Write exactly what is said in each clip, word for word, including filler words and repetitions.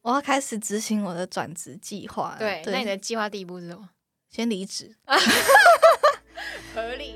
我要开始执行我的转职计划。 对，那你的计划第一步是什么？ 先离职。 合理。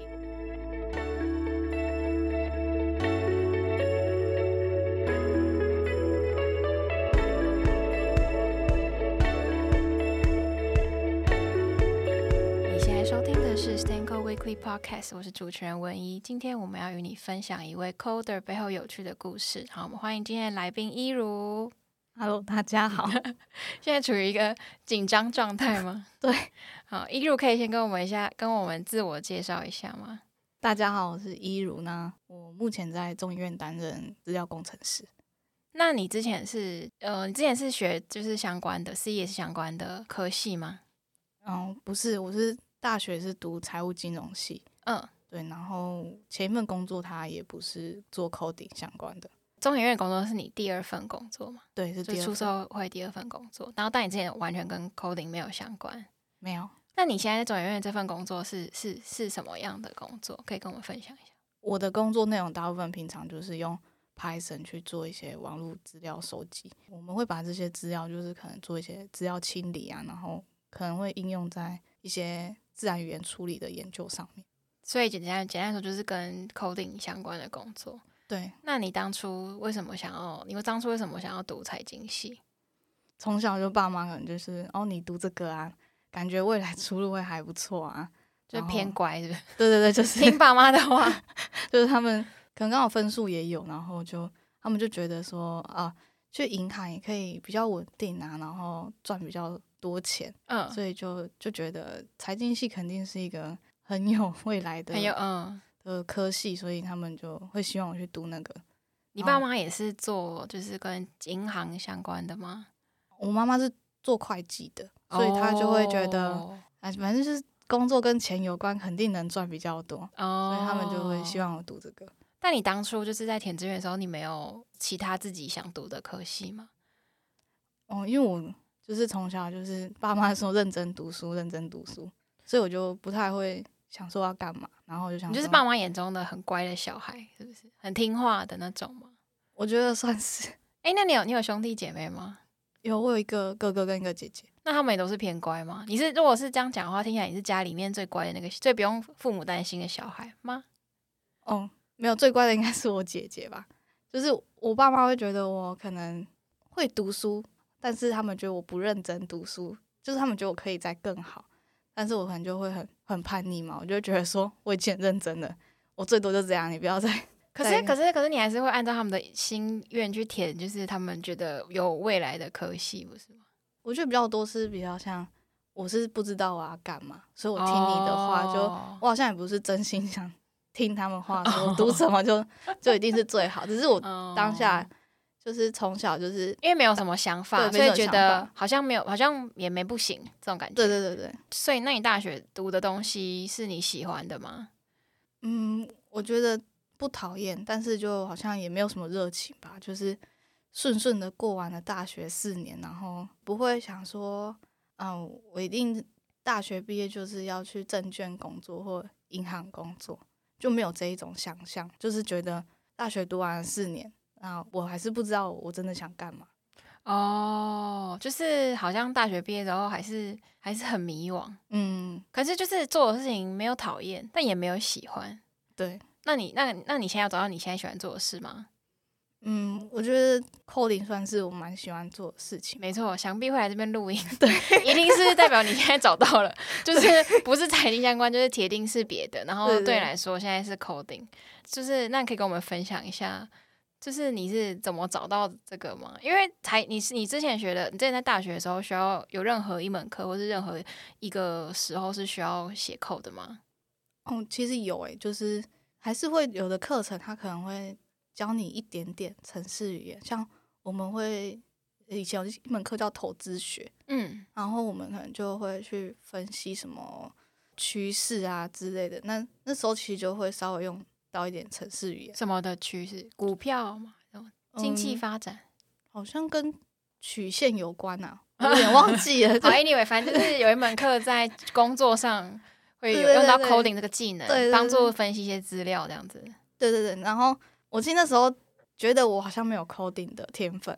你现在收听的是 stanCode Weekly Podcast， 我是主持人文怡。今天我们要与你分享一位 coder 背后有趣的故事。好，我们欢迎今天的来宾依如。 Hello， 大家好。 现在处于一个紧张状态吗？ 对。 好，依如可以先跟我们一下，跟我们自我介绍一下吗？ 大家好，我是依如呢。我目前在中研院担任资料工程师。 那你之前是呃，你之前是学就是相关的 C S 相关的科系吗？ 嗯，不是，我是大学是读财务金融系。 嗯， 对。然后前一份工作它也不是做 coding 相关的。 中研院工作是你第二份工作吗？ 对，是第二份， 就出社会第二份工作。然后但你之前完全跟 coding 没有相关？ 没有。 那你现在在中研院这份工作是是是什么样的工作？可以跟我们分享一下。 我的工作内容大部分平常就是用 Python 去做一些网络资料收集，我们会把这些资料就是可能做一些资料清理啊，然后可能会应用在一些自然语言处理的研究上面。 所以简单简单说就是跟 coding 相关的工作。 对。 那你当初为什么想要你当初为什么想要读财经系？ 从小就爸妈可能就是哦，你读这个啊，感觉未来出路会还不错啊， 就偏乖是不是？ 对对对，就是听爸妈的话。 就是他们可能刚好分数也有，然后就他们就觉得说啊，去银行也可以比较稳定啊，然后赚比较多钱。 嗯， 所以就就觉得财经系肯定是一个很有未来的很有嗯的科系，所以他们就会希望我去读那个。 你爸妈也是做就是跟银行相关的吗？ 我妈妈是做会计的，所以她就会觉得啊、哦，反正就是工作跟钱有关，肯定能赚比较多。哦，所以他们就会希望我读这个。 但你当初就是在填志愿的时候，你没有其他自己想读的科系吗？ 哦，因为我就是从小就是爸妈说认真读书，认真读书，所以我就不太会想说要干嘛，然后就想说， 你就是爸妈眼中的很乖的小孩，是不是很听话的那种吗？ 我觉得算是。 哎、欸，那你有你有兄弟姐妹吗？ 有，我有一个哥哥跟一个姐姐。 那他们也都是偏乖吗？你是如果是这样讲的话，听起来你是家里面最乖的那个，最不用父母担心的小孩吗？ 哦，没有，最乖的应该是我姐姐吧。就是我爸妈会觉得我可能会读书，但是他们觉得我不认真读书，就是他们觉得我可以再更好，但是我可能就会很很叛逆嘛，我就觉得说我已经很认真了，我最多就这样，你不要再。 可是可是可是你还是会按照他们的心愿去填，就是他们觉得有未来的科系，不是吗？ 我觉得比较多是比较像我是不知道我要干嘛，所以我听你的话，就、oh. 我好像也不是真心想听他们话，说我读什么就、oh. 就一定是最好，只是我当下就是从小就是因为没有什么想法，所以觉得好像没有，好像也没不行这种感觉。 对对对对。 所以那你大学读的东西是你喜欢的吗？ 嗯，我觉得不讨厌，但是就好像也没有什么热情吧，就是顺顺的过完了大学四年，然后不会想说嗯，我一定大学毕业就是要去证券工作或银行工作，就没有这一种想象，就是觉得大学读完了四年，那我还是不知道我真的想干嘛。 哦，就是好像大学毕业之后还是还是很迷惘。嗯，可是就是做的事情没有讨厌，但也没有喜欢。 对。 那你那那你现在要找到你现在喜欢做的事吗？ 嗯，我觉得 coding 算是我蛮喜欢做的事情。 没错，想必会来这边录音， 对， 一定是代表你现在找到了，就是不是财经相关，就是铁定是别的。然后对你来说，现在是 coding， 就是那可以跟我们分享一下，就是你是怎么找到这个吗？因为才你是你之前学的，你之前在大学的时候需要有任何一门课，或是任何一个时候是需要写 code 的吗？ 哦，其实有诶、欸，就是还是会有的课程，它可能会教你一点点程式语言，像我们会以前有一门课叫投资学，嗯，然后我们可能就会去分析什么趋势啊之类的，那那时候其实就会稍微用到一点程式语言。 什么的趋势？股票嘛，经济发展、嗯， 好像跟曲线有关啊，我有点忘记了。 好 ，anyway， 反正就是有一门课在工作上会有用到 coding 这个技能，帮助分析一些资料这样子。 对对对，然后我记得那时候觉得我好像没有 coding 的天分，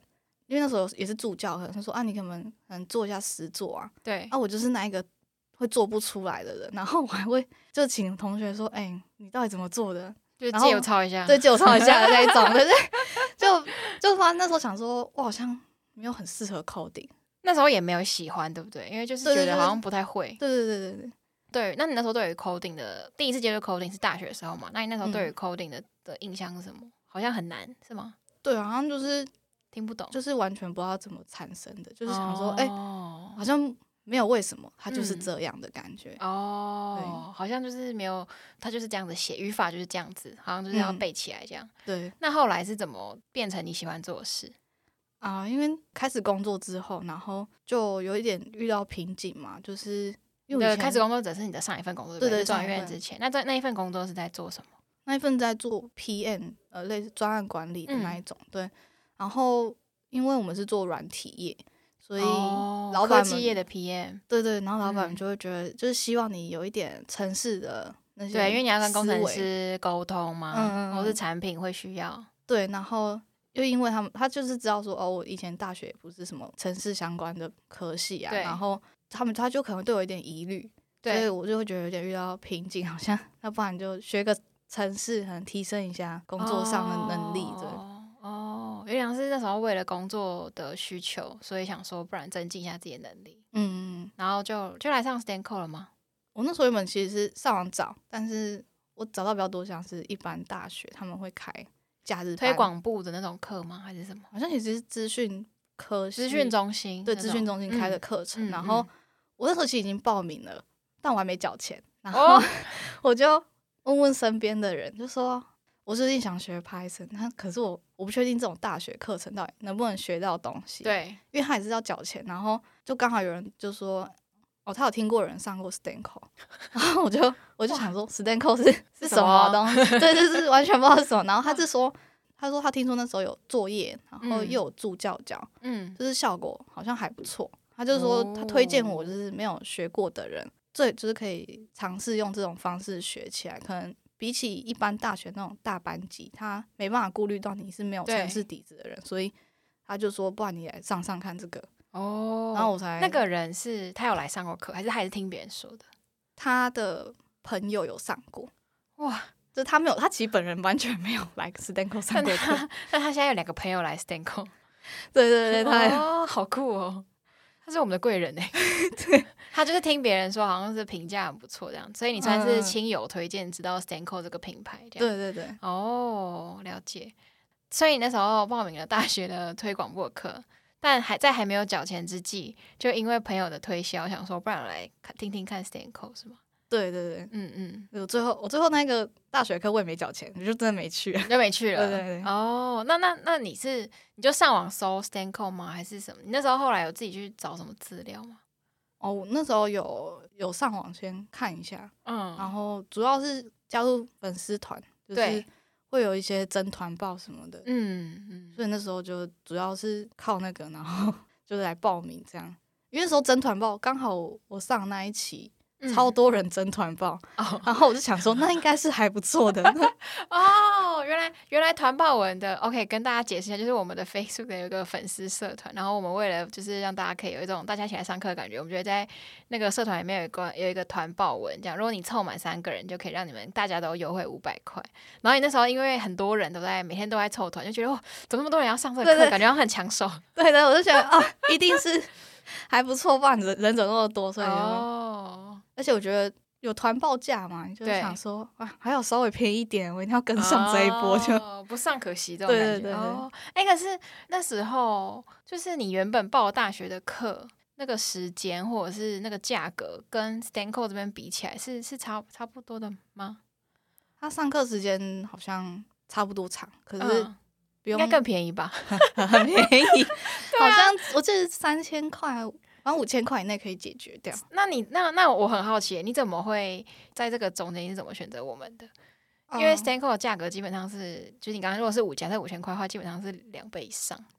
因为那时候也是助教，可能他说啊，你可能可能做一下实作啊， 对啊，我就是那一个会做不出来的人，然后我还会就请同学说，哎、欸，你到底怎么做的？ 就是借我抄一下， 对，借我抄一下的那一种，对对，就就发现那时候想说，我好像没有很适合 coding， 那时候也没有喜欢，对不对？因为就是觉得好像不太会。 对对对对对。 对，那你那时候对于 coding 的第一次接触 coding 是大学的时候嘛？那你那时候对于 coding 的、嗯、的印象是什么？好像很难，是吗？ 对，好像就是听不懂， 就是完全不知道怎么产生的，就是想说，哎、 哦欸，好像没有为什么，它就是这样的感觉。 嗯、哦，好像就是没有，它就是这样子写，语法就是这样子，好像就是要背起来这样。嗯、 对。 那后来是怎么变成你喜欢做的事？ 啊、呃，因为开始工作之后，然后就有一点遇到瓶颈嘛，就是因为我以前开始工作者是你的上一份工作，对不对？ 对对， 转院之前，那在那一份工作是在做什么？ 那一份在做 P M， 呃，类似专案管理的那一种，嗯、对。然后因为我们是做软体业，所以老板们、哦、科技业的 P M， 对对，然后老板们就会觉得，嗯、就是希望你有一点程式的那些， 对，因为你要跟工程师沟通嘛， 嗯， 或是产品会需要， 对，然后。就因为他们，他就是知道说，哦，我以前大学也不是什么程式相关的科系啊，然后他们他就可能对我有点疑虑，所以我就会觉得有点遇到瓶颈，好像要不然就学个程式，可能提升一下工作上的能力，对。 哦，有点是那时候为了工作的需求，所以想说，不然增进一下自己的能力，嗯，然后就就来上 stanCode 了吗？ 我那时候原本其实是上网找，但是我找到比较多像是一般大学他们会开。假日推广部的那种课吗？还是什么？ 好像也是资讯科、 资讯中心， 对，资讯中心开的课程。 嗯、 然后我那时候其实已经报名了，但我还没缴钱。然后、哦、我就问问身边的人，就说我最近想学 Python， 那可是我我不确定这种大学课程到底能不能学到东西。 对， 因为他也是要缴钱。然后就刚好有人就说，哦，他有听过有人上过 stanCode， 然后我就我就想说 stanCode 是是什么东西？对，就是完全不知道是什么。然后他就说，他说他听说那时候有作业，然后又有助教教，嗯，就是效果好像还不错。他就说他推荐我，就是没有学过的人，最就是可以尝试用这种方式学起来。可能比起一般大学那种大班级，他没办法顾虑到你是没有程式底子的人，所以他就说，不然你来上上看这个。哦，然后我才那个人是他有来上过课，还是他还是听别人说的？ 他的朋友有上过，哇，就是他没有，他其实本人完全没有来 stanCode 上过课， 但他现在有两个朋友来 stanCode， 对对对，他哦，好酷哦，他是我们的贵人哎，对，他就是听别人说好像是评价很不错这样，所以你算是亲友推荐知道 stanCode 这个品牌这样，对对对， 哦，了解，所以你那时候报名了大学的推广部的课。但还在还没有缴钱之际，就因为朋友的推销，想说不然我来听听看 stanCode 是吗？ 对对对， 嗯嗯， 我最后我最后那个大学课我也没缴钱，我就真的没去， 就没去了。 对对对。 哦，那那那你是你就上网搜 stanCode 吗？还是什么？你那时候后来有自己去找什么资料吗？ 哦，我那时候有有上网先看一下，嗯，然后主要是加入粉丝团，就是会有一些征团报什么的，嗯嗯，所以那时候就主要是靠那个，然后就是来报名这样。因为那时候征团报刚好我上那一期。嗯、超多人征团报、哦，然后我就想说，那应该是还不错的哦。原来原来团报文的 ，OK， 跟大家解释一下，就是我们的 Facebook 有一个粉丝社团，然后我们为了就是让大家可以有一种大家一起来上课的感觉，我们觉得在那个社团里面有一个有一个团报文，这样如果你凑满三个人，就可以让你们大家都优惠五百块。然后你那时候因为很多人都在每天都在凑团，就觉得哦，怎么那么多人要上这个课，对对感觉很抢手。 对的，我就觉得啊，一定是还不错，不然人人怎么那么多，所以就。哦而且我觉得有团报价嘛，你就想说啊，还有稍微便宜一点，我一定要跟上这一波，就、 哦、不上可惜这种感觉。对对对对。哦，哎，可是那时候就是你原本报大学的课，那个时间或者是那个价格，跟 stanCode 这边比起来，是是差差不多的吗？ 他上课时间好像差不多长，可是不用、 嗯、应该更便宜吧？ 很便宜，好像我记得三千块。然后五千块以内可以解决掉。 那你那那我很好奇，你怎么会在这个中间你是怎么选择我们的？因为 stanCode 的价格基本上是，就是你刚刚如果是五假在五千块的话，基本上是两倍以上。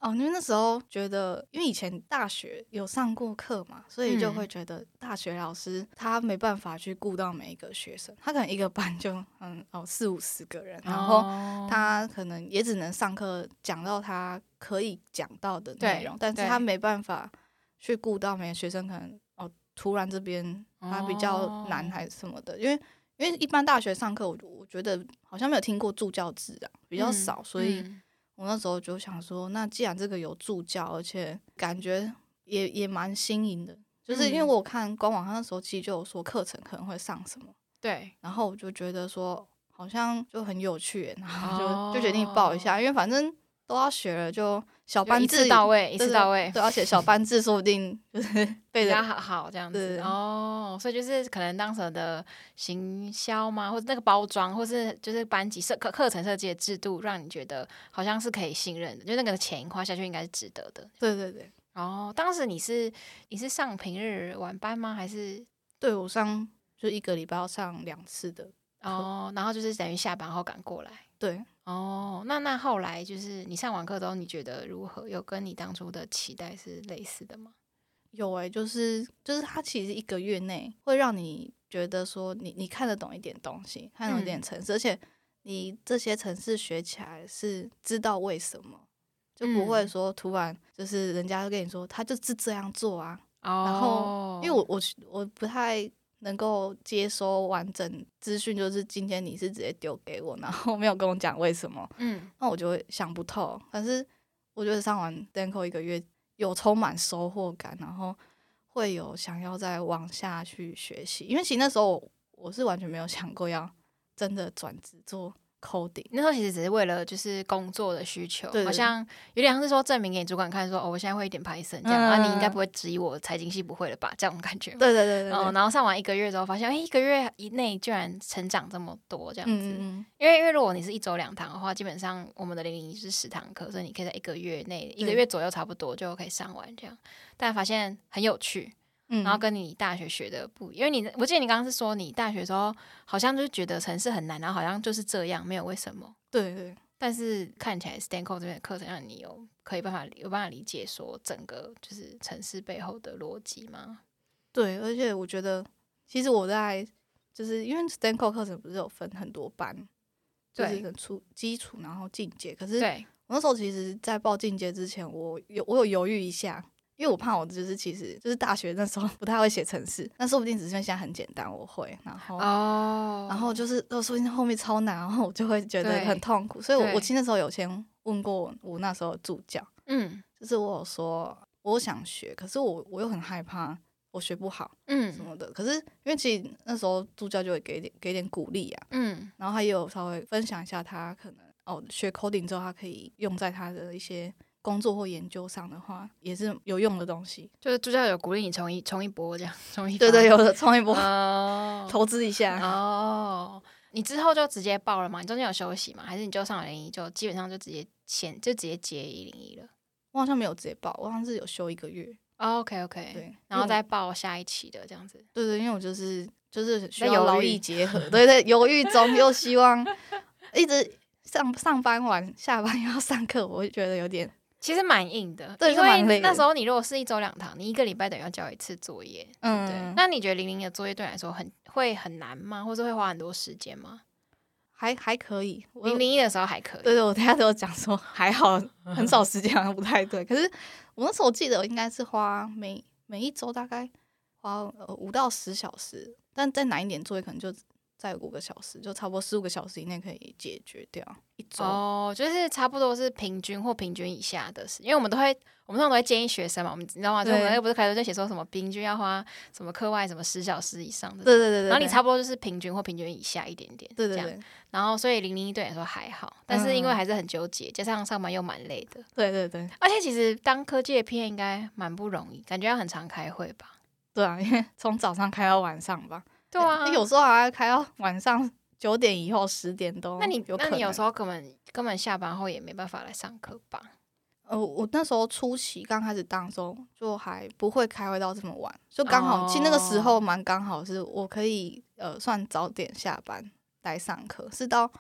哦，因为那时候觉得，因为以前大学有上过课嘛，所以就会觉得大学老师他没办法去顾到每一个学生，他可能一个班就嗯哦四五十个人，然后他可能也只能上课讲到他可以讲到的内容，但是他没办法去顾到每个学生可能哦突然这边他比较难还是什么的，因为因为一般大学上课我我觉得好像没有听过助教制啊，比较少，嗯、所以。嗯我那时候就想说，那既然这个有助教，而且感觉也也蛮新颖的，就是因为我看官网，他那时候其实就有说课程可能会上什么， 对， 然后我就觉得说好像就很有趣，然后就、哦、就决定报一下，因为反正都要学了，就小班制一次到位，一次到位， 对，而且小班制说不定就是比较好好这样子哦，所以就是可能当时的行销嘛，或者那个包装，或是就是班级设课课程设计的制度，让你觉得好像是可以信任的，就那个钱花下去应该是值得的。 对对对。 哦，当时你是你是上平日晚班吗？还是？ 对，我上就一个礼拜要上两次的哦，然后就是等于下班后赶过来。 对。 哦，那那后来就是你上完课之后，你觉得如何？有跟你当初的期待是类似的吗？ 有诶、欸，就是就是它其实一个月内会让你觉得说你你看得懂一点东西，看得懂一点程式、嗯，而且你这些程式学起来是知道为什么，就不会说突然就是人家就跟你说他就是这样做啊，哦、然后因为我我我不太能够接收完整资讯，就是今天你是直接丢给我，然后没有跟我讲为什么，嗯，那我就会想不透。可是我觉得上完 Stanco 一个月，有充满收获感，然后会有想要再往下去学习。因为其实那时候 我, 我是完全没有想过要真的转职做coding， 那时候其实只是为了就是工作的需求， 对对对， 好像有点像是说证明给你主管看说，哦，我现在会一点 Python 这样，嗯、啊，你应该不会质疑我财经系不会了吧？这种感觉。 对对对对。 嗯，然后上完一个月之后，发现哎、欸，一个月以内居然成长这么多，这样子。 嗯嗯， 因为因为如果你是一周两堂的话，基本上我们的零零一是十堂课，所以你可以在一个月内一个月左右差不多就可以上完这样。但发现很有趣。然后跟你大学学的不，因为你我记得你刚刚是说你大学的时候好像就是觉得程式很难，然后好像就是这样，没有为什么。 对对。 但是看起来 Stanco 这边的课程让你有可以办法有办法理解说整个就是程式背后的逻辑吗？ 对，而且我觉得其实我在就是因为 Stanco 课程不是有分很多班，就是初基础然后进阶，可是我那时候其实在报进阶之前，我有我有犹豫一下。因为我怕我就是其实就是大学那时候不太会写程式，但说不定只是因为现在很简单我会，然后哦，然后就是说不定后面超难，然后我就会觉得很痛苦，所以我我其实那时候有先问过我那时候的助教，嗯，就是我有说我想学，可是我我又很害怕我学不好，嗯什么的，可是因为其实那时候助教就会给点给点鼓励啊，嗯，然后他也有稍微分享一下他可能哦学 coding 之后他可以用在他的一些工作或研究上的话，也是有用的东西。 就是助教有鼓励你冲一冲一波这样，冲一对对，有的冲一波，哦、投资一下。 哦，你之后就直接报了吗？你中间有休息吗？还是你就上了零一就基本上就直接签就直接接一零一了？ 我好像没有直接报，我好像是有休一个月。 哦、OK OK， 对，然后再报下一期的这样子。 对对，因为我就是就是需要劳逸结合，对对，犹豫中又希望一直上上班完下班又要上课，我会觉得有点。 其实蛮硬的， 对， 因为那时候你如果是一周两堂，你一个礼拜等于要交一次作业，嗯，对。那你觉得零零的作业对你来说很会很难吗？或者会花很多时间吗？ 还还可以， 零零一的时候还可以。 对对，我等一下都有讲说还好，很少时间好像不太对。可是我那时候我记得我应该是花每每一周大概花呃五到十小时，但再难一点作业可能就。在五个小时，就差不多十五个小时以内可以解决掉一周。 哦，就是差不多是平均或平均以下的事，因为我们都会，我们通常都会建议学生嘛，我们你知道吗？就我们又不是开头就写说什么平均要花什么课外什么十小时以上的， 对对 对, 对。 然后你差不多就是平均或平均以下一点点， 对对对。 这样然后所以零零一对你来说还好，但是因为还是很纠结，加上上班又蛮累的。 对对对。 而且其实当科技的 P M 应该蛮不容易，感觉要很常开会吧？ 对啊，因为从早上开到晚上吧。 对啊， 有时候还要开到晚上。九点以后十点都有可能。 那你那你有时候根本根本下班后也没办法来上课吧？ 呃，我那时候初期刚开始当的时候，就还不会开会到这么晚，就刚好，哦、其实那个时候蛮刚好，是我可以呃算早点下班来上课，是到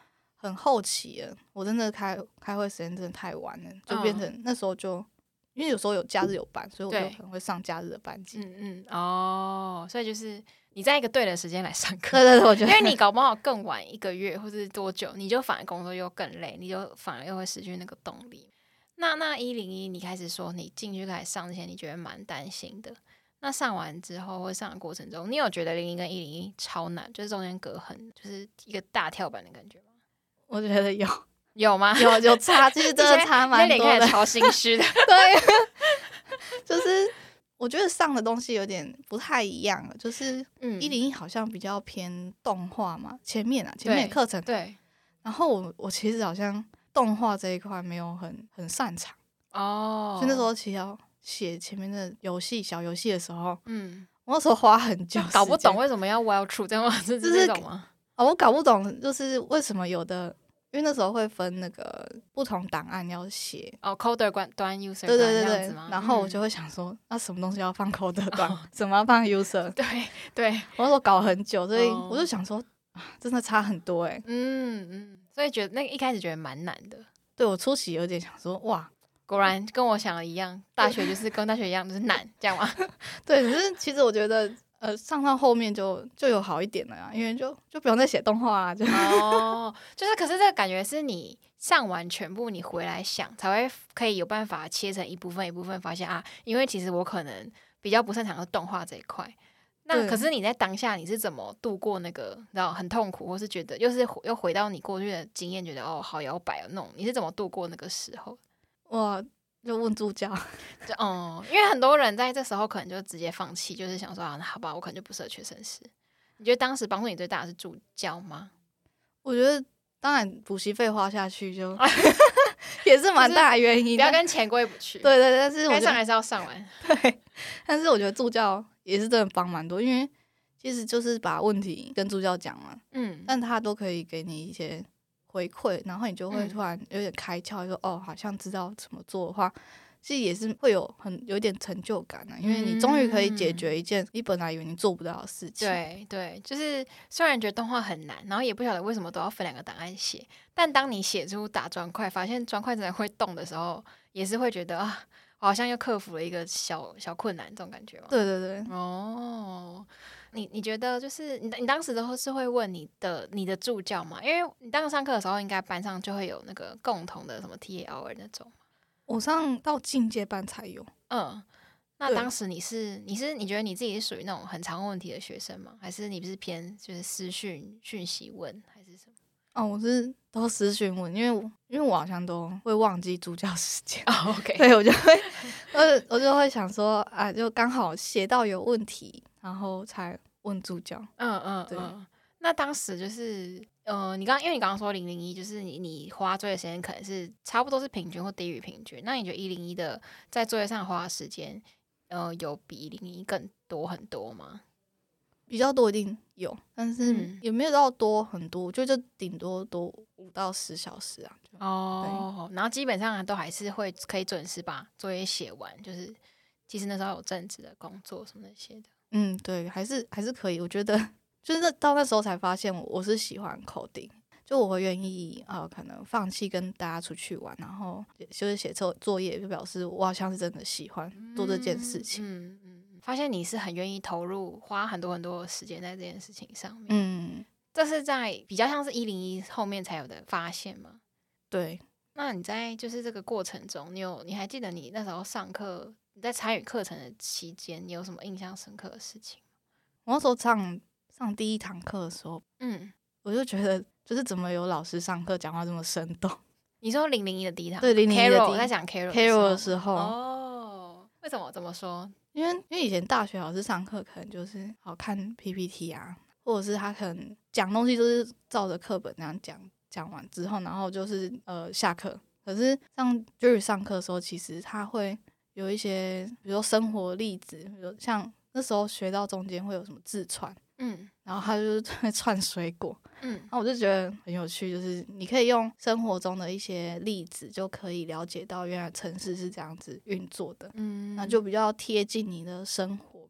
很后期了，我真的开开会时间真的太晚了，就变成那时候就。因为有时候有假日有班，所以我就可能会上假日的班级。 嗯嗯哦，所以就是你在一个对的时间来上课。 对对对，我觉得， 因为你搞不好更晚一个月或是多久，你就反而工作又更累，你就反而又会失去那个动力。那那一零一，你开始说你进去开始上之前，你觉得蛮担心的。那上完之后或上的过程中，你有觉得零零跟一零一超难，就是中间隔很，就是一个大跳板的感觉吗？ 我觉得有。 有吗？ 有有差，其实真的差蛮多的。 脸开始超心虚的。 对，就是我觉得上的东西有点不太一样了。就是一零一好像比较偏动画嘛，前面啊前面课程。 对。 然后我我其实好像动画这一块没有很很擅长哦，所以那时候其实要写前面的游戏小游戏的时候，嗯，我那时候花很久， 搞不懂为什么要 Wild True 这样吗？是这种吗？ 哦，我搞不懂，就是为什么有的。因为那时候会分那个不同档案要写哦 ，coder 端 user 对对对对， 吗？ 然后我就会想说，嗯、那什么东西要放 coder 端，哦、什么要放 user？ 对对， 我那时候搞很久，所以我就想说，啊、真的差很多哎、欸。 嗯嗯，所以觉得那一开始觉得蛮难的。 对我初期有点想说，哇， 果然跟我想的一样，大学就是跟大学一样，就是难，这样吗？ 对，可是其实我觉得。呃，上到后面就就有好一点了呀，因为就就不用再写动画啦，就哦，就是可是这个感觉是你上完全部，你回来想才会可以有办法切成一部分一部分，发现啊，因为其实我可能比较不擅长的动画这一块。那可是你在当下你是怎么度过那个，然后很痛苦，或是觉得又是又回到你过去的经验，觉得哦好摇摆哦那种，你是怎么度过那个时候？ 我就问助教， 就嗯，因为很多人在这时候可能就直接放弃，就是想说啊，那好吧，我可能就不适合学生时。你觉得当时帮助你最大的是助教吗？ 我觉得当然补习费花下去就也是蛮大的原因， 不要跟钱过意不去。 对对，但是该上还是要上完。 对，但是我觉得助教也是真的帮蛮多，因为其实就是把问题跟助教讲嘛，嗯，但他都可以给你一些回馈，然后你就会突然有点开窍，说、嗯、哦，好像知道怎么做的话。其实也是会有很有点成就感啊，因为你终于可以解决一件你本来以为你做不到的事情。 对对，就是虽然觉得动画很难，然后也不晓得为什么都要分两个档案写，但当你写出打砖块，发现砖块真的会动的时候，也是会觉得啊，我好像又克服了一个小小困难，这种感觉吗？ 对对对。 哦，你你觉得就是你你当时都是会问你的你的助教吗？因为你当时上课的时候，应该班上就会有那个共同的什么 T A hour 那种。 我上到进阶班才有。 嗯，那当时你是你是你觉得你自己是属于那种很常问问题的学生吗？还是你不是偏就是私讯讯息问还是什么？ 哦，我是都私讯问，因为我因为我好像都会忘记助教时间。 哦 OK， 对，我就会我我就会想说啊，就刚好写到有问题，然后才问助教。 嗯嗯，对。嗯，那当时就是呃，你刚因为你刚刚说零零一，就是你你花作业时间可能是差不多是平均或低于平均，那你觉得一零一的在作业上花的时间，呃，有比一零一更多很多吗？ 比较多一定有，但是也没有到多很多，我觉得就顶多多五到十小时啊。 哦，然后基本上都还是会可以准时把作业写完，就是其实那时候有正职的工作什么那些的。 嗯，对，还是还是可以，我觉得。就是到那时候才发现我，我是喜欢 coding， 就我会愿意呃，可能放弃跟大家出去玩，然后就是写作作业，就表示我好像是真的喜欢做这件事情。 嗯嗯嗯，发现你是很愿意投入，花很多很多的时间在这件事情上面。 嗯， 这是在比较像是一零一后面才有的发现吗？ 对。 那你在就是这个过程中，你有你还记得你那时候上课，你在参与课程的期间，你有什么印象深刻的事情？ 我那时候上。上第一堂课的时候，嗯，我就觉得就是怎么有老师上课讲话这么生动。 你说零零一的第一堂， 对零零一的第一， 我在讲 Carol Carol 的时候， 哦，为什么？怎么说？ 因为因为以前大学老师上课可能就是好看 P P T 啊，或者是他可能讲东西就是照着课本那样讲，讲完之后，然后就是呃下课。可是像 Jerry 上课的时候，其实他会有一些，比如说生活例子，比如像那时候学到中间会有什么自串。嗯，然后他就是会串水果，嗯，然后我就觉得很有趣，就是你可以用生活中的一些例子，就可以了解到原来城市是这样子运作的，嗯，那就比较贴近你的生活吧。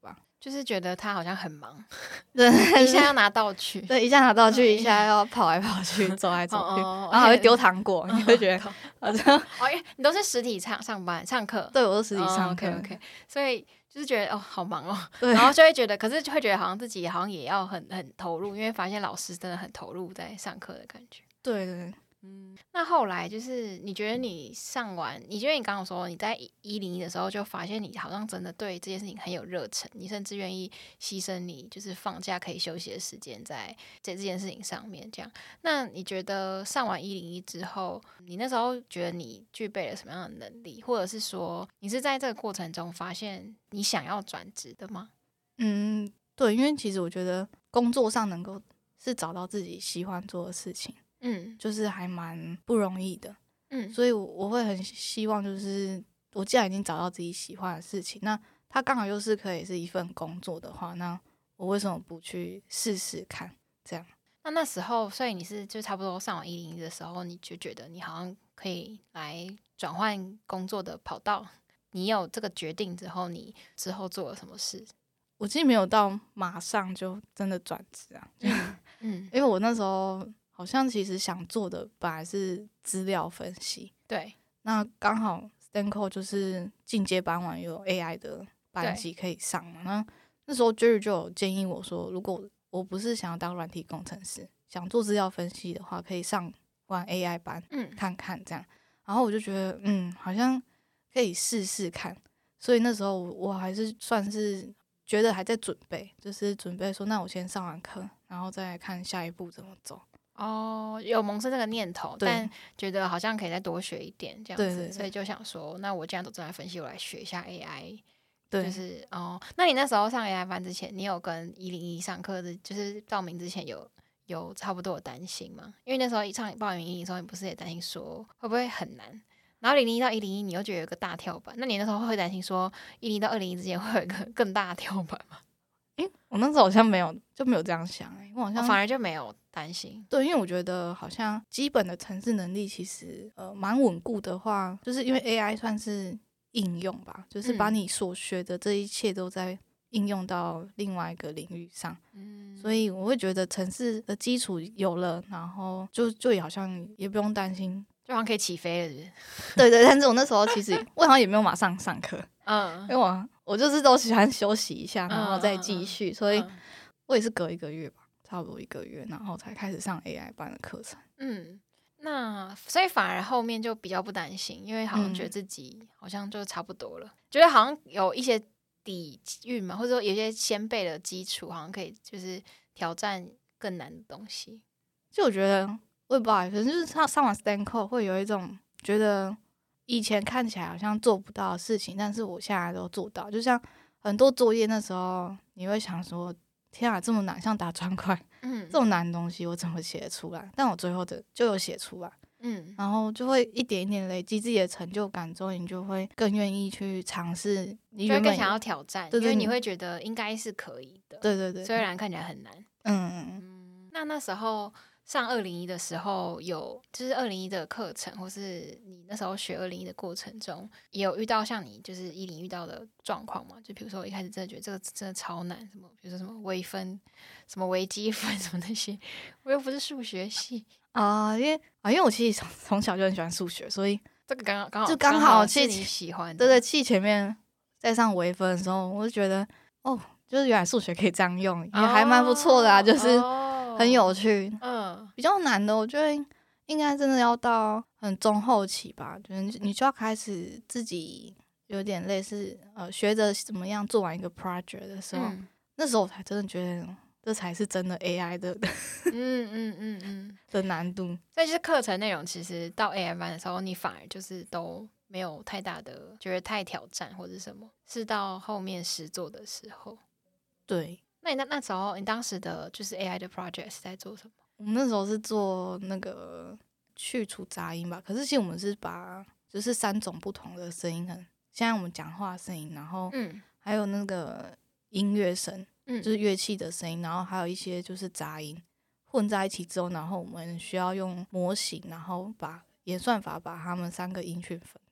就是觉得他好像很忙， 对， 一下要拿道具， 对，一下拿道具，一下要跑来跑去，走来走去， 哦哦然后还会丢糖果，你会觉得好像哦，因为你都是实体上上班上课， 对我都实体上课、 哦、，OK OK， 所以就是觉得哦好忙哦， 对， 然后就会觉得，可是就会觉得好像自己好像也要很很投入，因为发现老师真的很投入在上课的感觉。 对对， 嗯，那后来就是你觉得你上完，你觉得你刚刚说你在一零一的时候就发现你好像真的对这件事情很有热忱，你甚至愿意牺牲你就是放假可以休息的时间在在这件事情上面，这样。那你觉得上完一零一之后，你那时候觉得你具备了什么样的能力，或者是说你是在这个过程中发现你想要转职的吗？ 嗯，对，因为其实我觉得工作上能够是找到自己喜欢做的事情。 嗯， 就是还蛮不容易的， 嗯， 所以我我会很希望，就是我既然已经找到自己喜欢的事情，那它刚好又是可以是一份工作的话，那我为什么不去试试看？这样。 那那时候，所以你是就差不多上完一零一的时候，你就觉得你好像可以来转换工作的跑道。你有这个决定之后，你之后做了什么事？ 我其实没有到马上就真的转职啊， 嗯嗯， 因为我那时候好像其实想做的本来是资料分析， 对， 那刚好 stanCode 就是进阶班完有 A I 的班级可以上嘛，那那时候 Jerry 就有建议我说，如果我不是想要当软体工程师，想做资料分析的话，可以上完 A I 班， 嗯， 看看这样。然后我就觉得，嗯，好像可以试试看。所以那时候我还是算是觉得还在准备，就是准备说，那我先上完课，然后再看下一步怎么走。 哦，有萌生这个念头，但觉得好像可以再多学一点这样子， 对对对， 所以就想说，那我既然都正在分析，我来学一下 A I。 对， 就是哦，那你那时候上 A I 班之前，你有跟一零一上课的，就是报名之前有有差不多有担心吗？因为那时候一上报名一零一的时候，你不是也担心说会不会很难？然后零零一到一零一，你又觉得有个大跳板，那你那时候会担心说一零到二零一之间会有一个更大的跳板吗？ 诶、欸，我那时候好像没有就没有这样想、欸，我好像、 哦、反而就没有担心。 对，因为我觉得好像基本的程式能力其实呃蛮稳固的话，就是因为 A I 算是应用吧，就是把你所学的这一切都在应用到另外一个领域上，嗯，所以我会觉得程式的基础有了，然后就就也好像也不用担心， 就好像可以起飞了是不是？ 对对，但是我那时候其实我好像也没有马上上课，嗯，因为我我就是都喜欢休息一下，然后再继续，嗯、所以我也是隔一个月吧，差不多一个月，然后才开始上 A I 班的课程。 嗯，那所以反而后面就比较不担心，因为好像觉得自己好像就差不多了，嗯、觉得好像有一些底蕴嘛，或者说有一些先辈的基础，好像可以就是挑战更难的东西。 就我觉得我也不知道，可能就是上上完 stanCode 会有一种觉得以前看起来好像做不到的事情，但是我现在都做到。就像很多作业那时候，你会想说：“天啊，这么难，像打砖块，嗯，这种难的东西我怎么写得出来？”但我最后的就有写出来，嗯，然后就会一点一点累积自己的成就感之后，你就会更愿意去尝试，你就会更想要挑战， 对对， 因为你会觉得应该是可以的， 对对对， 虽然看起来很难，嗯嗯嗯。那那时候上二零一的时候有，就是二零一的课程，或是你那时候学二零一的过程中，也有遇到像你就是一零遇到的状况吗？就比如说我一开始真的觉得这个真的超难，什么比如说什么微分、什么微积分什么那些，我又不是数学系啊、呃，因为啊，因为我其实从从小就很喜欢数学，所以这个刚好刚好就刚好是你喜欢的， 对对，气前面在上微分的时候，我就觉得哦，就是原来数学可以这样用，也还蛮不错的啊，哦、就是。很有趣，嗯，比较难的，我觉得应该真的要到很中后期吧，就是你就要开始自己有点类似呃，学着怎么样做完一个 project 的时候，嗯、那时候我才真的觉得这才是真的 A I 的，嗯嗯嗯嗯的难度。 所以就是课程内容，其实到 A I 班的时候，你反而就是都没有太大的觉得太挑战或者什么，是到后面实作的时候， 对。 那你那那时候，你当时的就是 A I 的 project 是在做什么？ 我们那时候是做那个去除杂音吧，可是其实我们是把就是三种不同的声音，现在我们讲话声音，然后嗯，还有那个音乐声，嗯，就是乐器的声音，然后还有一些就是杂音混在一起之后，然后我们需要用模型，然后把演算法把它们三个音讯分开。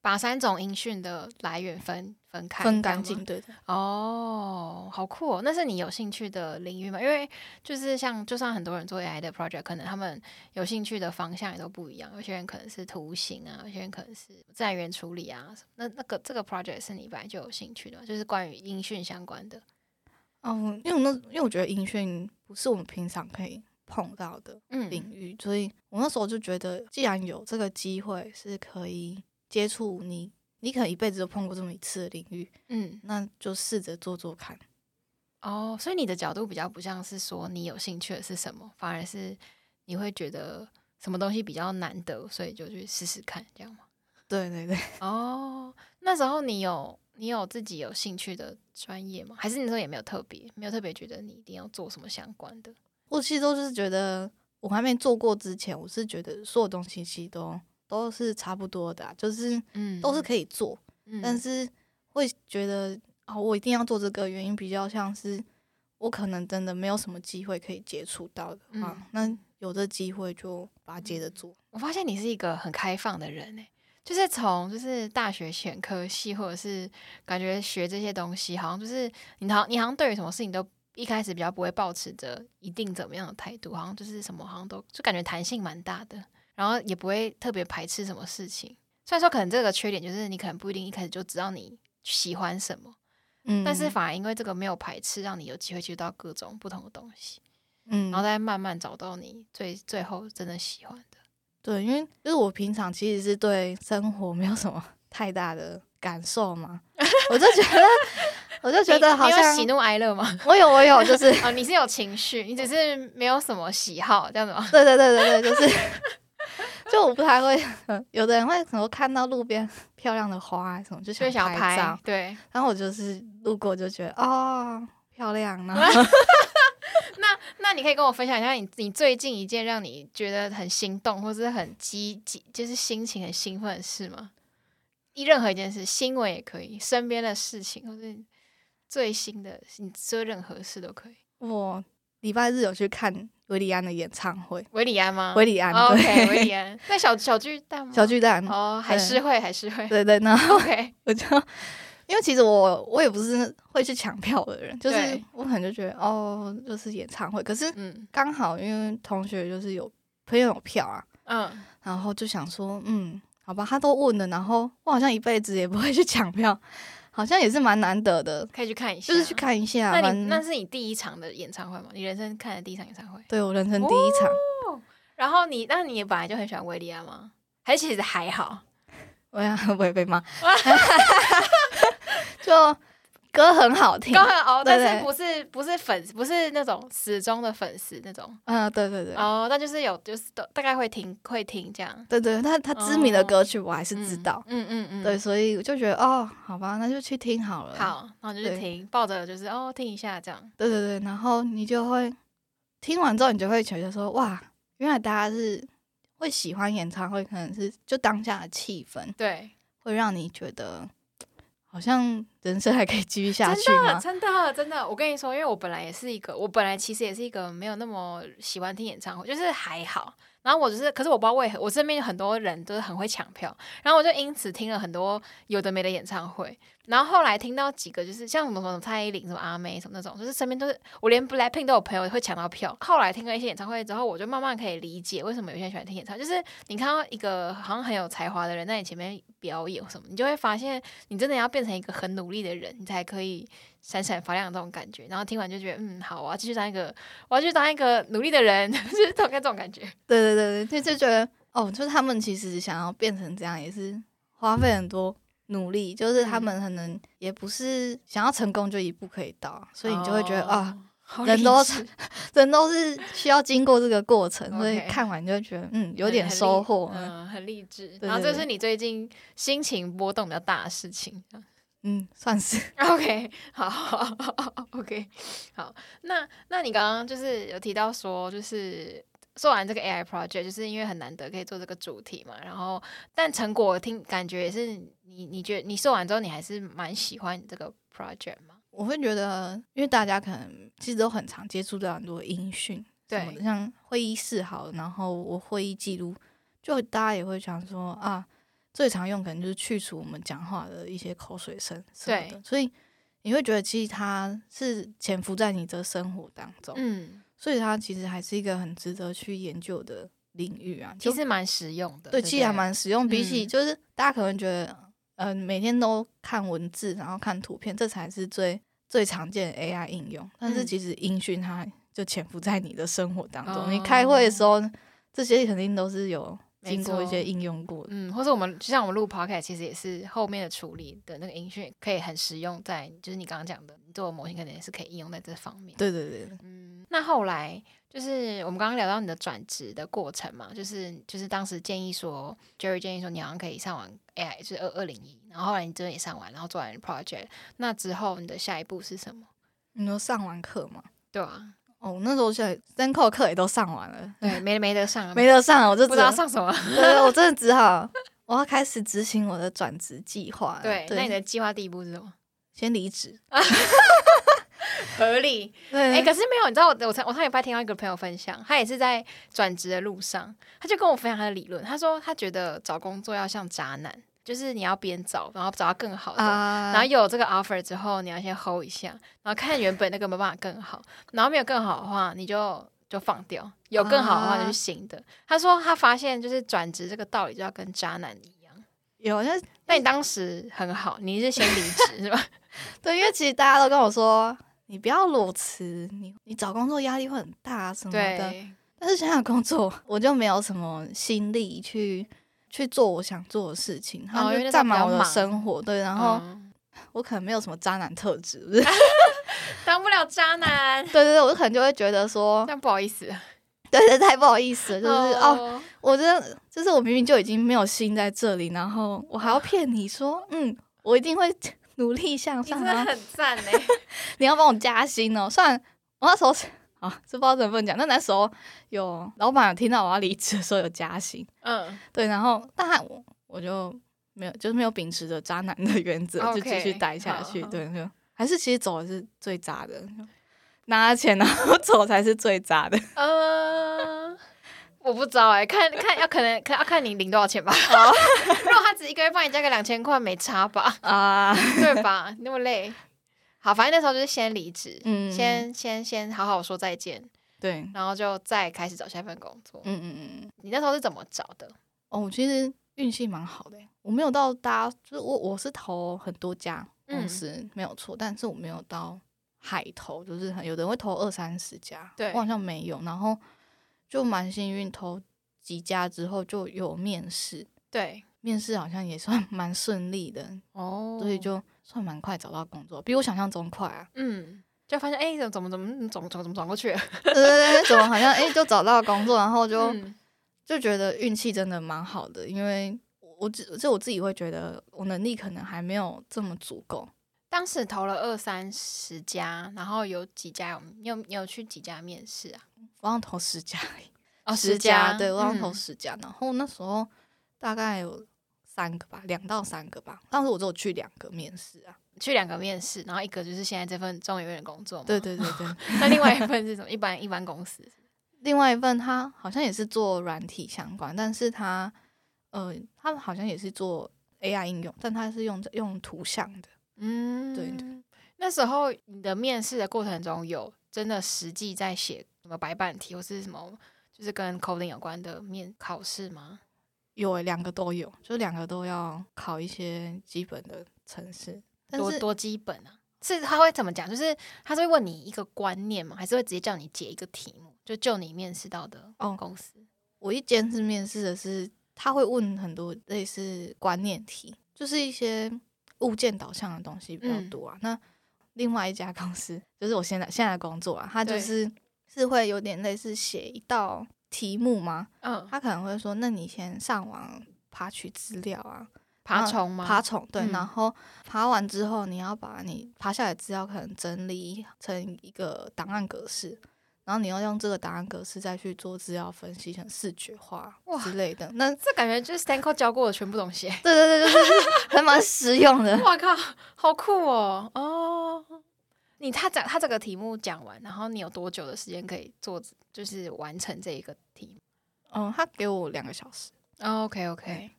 把三种音讯的来源分分开， 分干净，对的。 哦，好酷哦！那是你有兴趣的领域吗？因为就是像，就算很多人做 A I 的 project， 可能他们有兴趣的方向也都不一样。有些人可能是图形啊，有些人可能是自然语言处理啊。那那个这个 project 是你本来就有兴趣的吗？就是关于音讯相关的。 嗯，因为我那因为我觉得音讯不是我们平常可以碰到的领域，嗯、所以我那时候就觉得，既然有这个机会是可以接触你，你可能一辈子都碰过这么一次的领域，嗯，那就试着做做看。 哦，所以你的角度比较不像是说你有兴趣的是什么，反而是你会觉得什么东西比较难得，所以就去试试看，这样吗？ 对对对。 哦，那时候你有你有自己有兴趣的专业吗？还是你那时候也没有特别没有特别觉得你一定要做什么相关的？ 我其实都是觉得，我还没做过之前，我是觉得所有东西其实都都是差不多的、啊，就是嗯，都是可以做，嗯、但是会觉得哦，我一定要做这个，原因比较像是我可能真的没有什么机会可以接触到的话，嗯、那有这机会就把它接着做。 我发现你是一个很开放的人诶，就是从就是大学选科系，或者是感觉学这些东西，好像就是你好你好像对于什么事情都一开始比较不会抱持着一定怎么样的态度，好像就是什么好像都就感觉弹性蛮大的，然后也不会特别排斥什么事情。虽然说可能这个缺点就是你可能不一定一开始就知道你喜欢什么，嗯，但是反而因为这个没有排斥，让你有机会接触到各种不同的东西，嗯，然后再慢慢找到你最最后真的喜欢的。 对，因为就是我平常其实是对生活没有什么太大的感受嘛，我就觉得，我就觉得好像你有喜怒哀乐吗？ 我有，我有，就是哦，你是有情绪，你只是没有什么喜好，这样子吗？ 对对对对对，就是就我不太会，有的人会可能看到路边漂亮的花什么，就想拍照， 对， 然后我就是路过就觉得哦漂亮，然后那那你可以跟我分享一下你你最近一件让你觉得很心动或是很激激，就是心情很兴奋的事吗？一任何一件事，新闻也可以，身边的事情，或是最新的，你说任何事都可以。 我礼拜日有去看维里安的演唱会。 维里安吗？ 维里安、 oh, OK， 维里安在小小巨蛋吗？ 小巨蛋哦， oh, 海狮会，海狮会。 对对，然后 OK， 我就因为其实我我也不是会去抢票的人，就是我可能就觉得哦，就是演唱会，可是刚好因为同学就是有朋友有票啊，嗯，然后就想说，嗯，好吧，他都问了，然后我好像一辈子也不会去抢票，好像也是蛮难得的， 可以去看一下， 就是去看一下。 那你那是你第一场的演唱会吗？你人生看的第一场演唱会？ 对，我人生第一场。 哦、然后你，那你也本来就很喜欢维里安吗？还是其实还好？ 我要我也被骂。就歌很好听， 歌很好，但是不是不是粉不是那种死忠的粉丝那种。 嗯，对对对。 哦，那就是有，就是大概会听会听这样。 对对，他他知名的歌曲我还是知道。 嗯嗯嗯。 对，所以我就觉得哦，好吧，那就去听好了。 好，然后就去听，抱着就是哦听一下这样。 对对对，然后你就会听完之后，你就会觉得说哇，原来大家是会喜欢演唱会，可能是就当下的气氛， 对， 会让你觉得。好像人生还可以继续下去吗？ 真的，真的，真的。我跟你说，因为我本来也是一个，我本来其实也是一个没有那么喜欢听演唱会，就是还好。然后我就是，可是我不知道为何，我身边有很多人都是很会抢票，然后我就因此听了很多有的没的演唱会。然后后来听到几个，就是像什么什么蔡依林、什么阿妹什么那种，就是身边都是我连 Blackpink 都有朋友会抢到票。后来听了一些演唱会之后，我就慢慢可以理解为什么有些人喜欢听演唱会。就是你看到一个好像很有才华的人在你前面表演什么，你就会发现你真的要变成一个很努力的人，你才可以闪闪发亮的这种感觉。然后听完就觉得，嗯，好，我要继续当一个，我要继续当一个努力的人，就是大概这种感觉。 对对对对，就觉得哦，就是他们其实想要变成这样，也是花费很多。努力，就是他们可能也不是想要成功就一步可以到，所以你就会觉得、哦、啊，人都人都是需要经过这个过程， okay, 所以看完就会觉得嗯有点收获， 嗯，很励志。对对对，然后这是你最近心情波动比较大的事情， 嗯，算是。 OK， 好好好 ，OK， 好。那那你刚刚就是有提到说，就是做完这个 A I project， 就是因为很难得可以做这个主题嘛，然后但成果听感觉也是你你觉得你做完之后，你还是蛮喜欢你这个 project 吗？ 我会觉得，因为大家可能其实都很常接触到很多音讯，对，像会议室好，然后我会议记录，就大家也会想说啊， 最常用可能就是去除我们讲话的一些口水声什么的， 对， 所以你会觉得其实它是潜伏在你的生活当中， 嗯， 所以它其实还是一个很值得去研究的领域啊。 其实蛮实用的， 对， 对， 其实还蛮实用。比起嗯就是大家可能觉得，呃，每天都看文字，然后看图片，这才是最最常见的 A I 应用。但是嗯其实音讯它就潜伏在你的生活当中， 哦你开会的时候，这些肯定都是有没经过一些错应用过的。 嗯，或者我们就像我们录 podcast，其实也是后面的处理的那个音讯可以很实用在，就是你刚刚讲的，你做的模型可能也是可以应用在这方面。 对对对， 嗯，那后来就是我们刚刚聊到你的转职的过程嘛，就是就是当时建议说 Jerry 建议说你好像可以上完 A I，就是二二零一，然后后来你真的也上完，然后做完 project，那之后你的下一步是什么？ 你都上完课嘛？ 对啊， 哦，那时候现在 Stanco 课也都上完了， 对，没没得上啊， 没得上了，我就不知道只上什么。 对对，我真的只好我要开始执行我的转职计划了。 对， 对， 那你的计划第一步是什么？ 先离职。 合理。 对， 哎、欸，可是没有，你知道我我上我上礼拜听到一个朋友分享，他也是在转职的路上，他就跟我分享他的理论。他说他觉得找工作要像渣男，就是你要边找，然后找到更好的， 啊， 然后有这个 offer 之后，你要先 hold 一下，然后看原本那个没办法更好，然后没有更好的话，你就就放掉；有更好的话，就去新的。他说他发现就是转职这个道理就要跟渣男一样。 有那那你当时很好，你是先离职是吧？ 对，因为其实大家都跟我说，你不要裸辞，你你找工作压力会很大什么的。 对， 但是现在的工作，我就没有什么心力去去做我想做的事情，它哦因为那时候就占满我的比较忙生活。对，然后嗯我可能没有什么渣男特质，不是？ 当不了渣男， 对对对，我可能就会觉得说， 但不好意思， 对对，太不好意思了，就是哦哦， 我真的就是我明明就已经没有心在这里，然后我还要骗你说，嗯，我一定会努力向上， 你真的然后很赞哎。 你要帮我加薪哦。虽然我那时候是啊，这不知道能不能讲，但那时候有老板有听到我要离职的时候有加薪， 嗯， 对，然后但他我我就没有，就是没有秉持着渣男的原则，就 OK， 继续待下去， 好好对，就还是其实走的是最渣的，拿了钱然后走才是最渣的。 呃，我不知道哎、看看要可能看要看你领多少钱吧。 哦如果他只一个月帮你加个两千块，没差吧？ 啊， 对吧？那么累。好，反正那时候就是先离职， 嗯先先先好好说再见， 对， 然后就再开始找下一份工作。 嗯嗯嗯， 你那时候是怎么找的？ 哦，我其实运气蛮好的欸，我没有到大家，就是我我是投很多家公司、 嗯没有错，但是我没有到海投，就是很有的人会投二三十家， 对我好像没有，然后就蛮幸运，投几家之后就有面试， 对， 面试好像也算蛮顺利的， 哦所以就算蛮快找到工作，比我想象中快啊。 嗯，就发现哎、怎么怎么怎么怎么怎么怎么转过去了？ 对对对，怎么好像哎、就找到工作，然后就、 嗯就觉得运气真的蛮好的，因为我只就我自己会觉得我能力可能还没有这么足够。 当时投了二三十家，然后有几家有你有你有去几家面试啊？ 我好像投十家而已， 哦， 十家， 对，我好像投嗯十家，然后那时候大概有三个吧，两到三个吧。当时我只有去两个面试啊。 去两个面试，然后一个就是现在这份中研院的工作嘛。 对对对对， 那另外一份是什么？一般一般公司。 另外一份他好像也是做软体相关，但是他呃，他好像也是做 A I 应用，但他是用用图像的。 嗯， 对对。 那时候你的面试的过程中，有真的实际在写什么白板题或是什么，就是跟 coding 有关的面考试吗？ 有诶，两个都有，就两个都要考一些基本的程式。但是多多基本啊？是他会怎么讲？就是他是会问你一个观念吗？还是会直接叫你解一个题目？就就你面试到的哦公司， 我一间是面试的是，他会问很多类似观念题，就是一些物件导向的东西比较多啊。嗯、那另外一家公司就是我现在现在的工作啊，他就是是会有点类似写一道题目吗？ 嗯， 他可能会说，那你先上网爬取资料啊。 爬虫吗？ 爬虫对、嗯， 嗯、 然后爬完之后，你要把你爬下来的资料可能整理成一个档案格式，然后你要用这个档案格式再去做资料分析成视觉化之类的。那这感觉就是 Stanco 教过的全部东西。 对对对，就是还蛮实用的。 哇靠，好酷哦！哦，你他讲他这个题目讲完，然后你有多久的时间可以做，就是完成这一个题目？ 嗯，他给我两个小时。 哦、OK OK。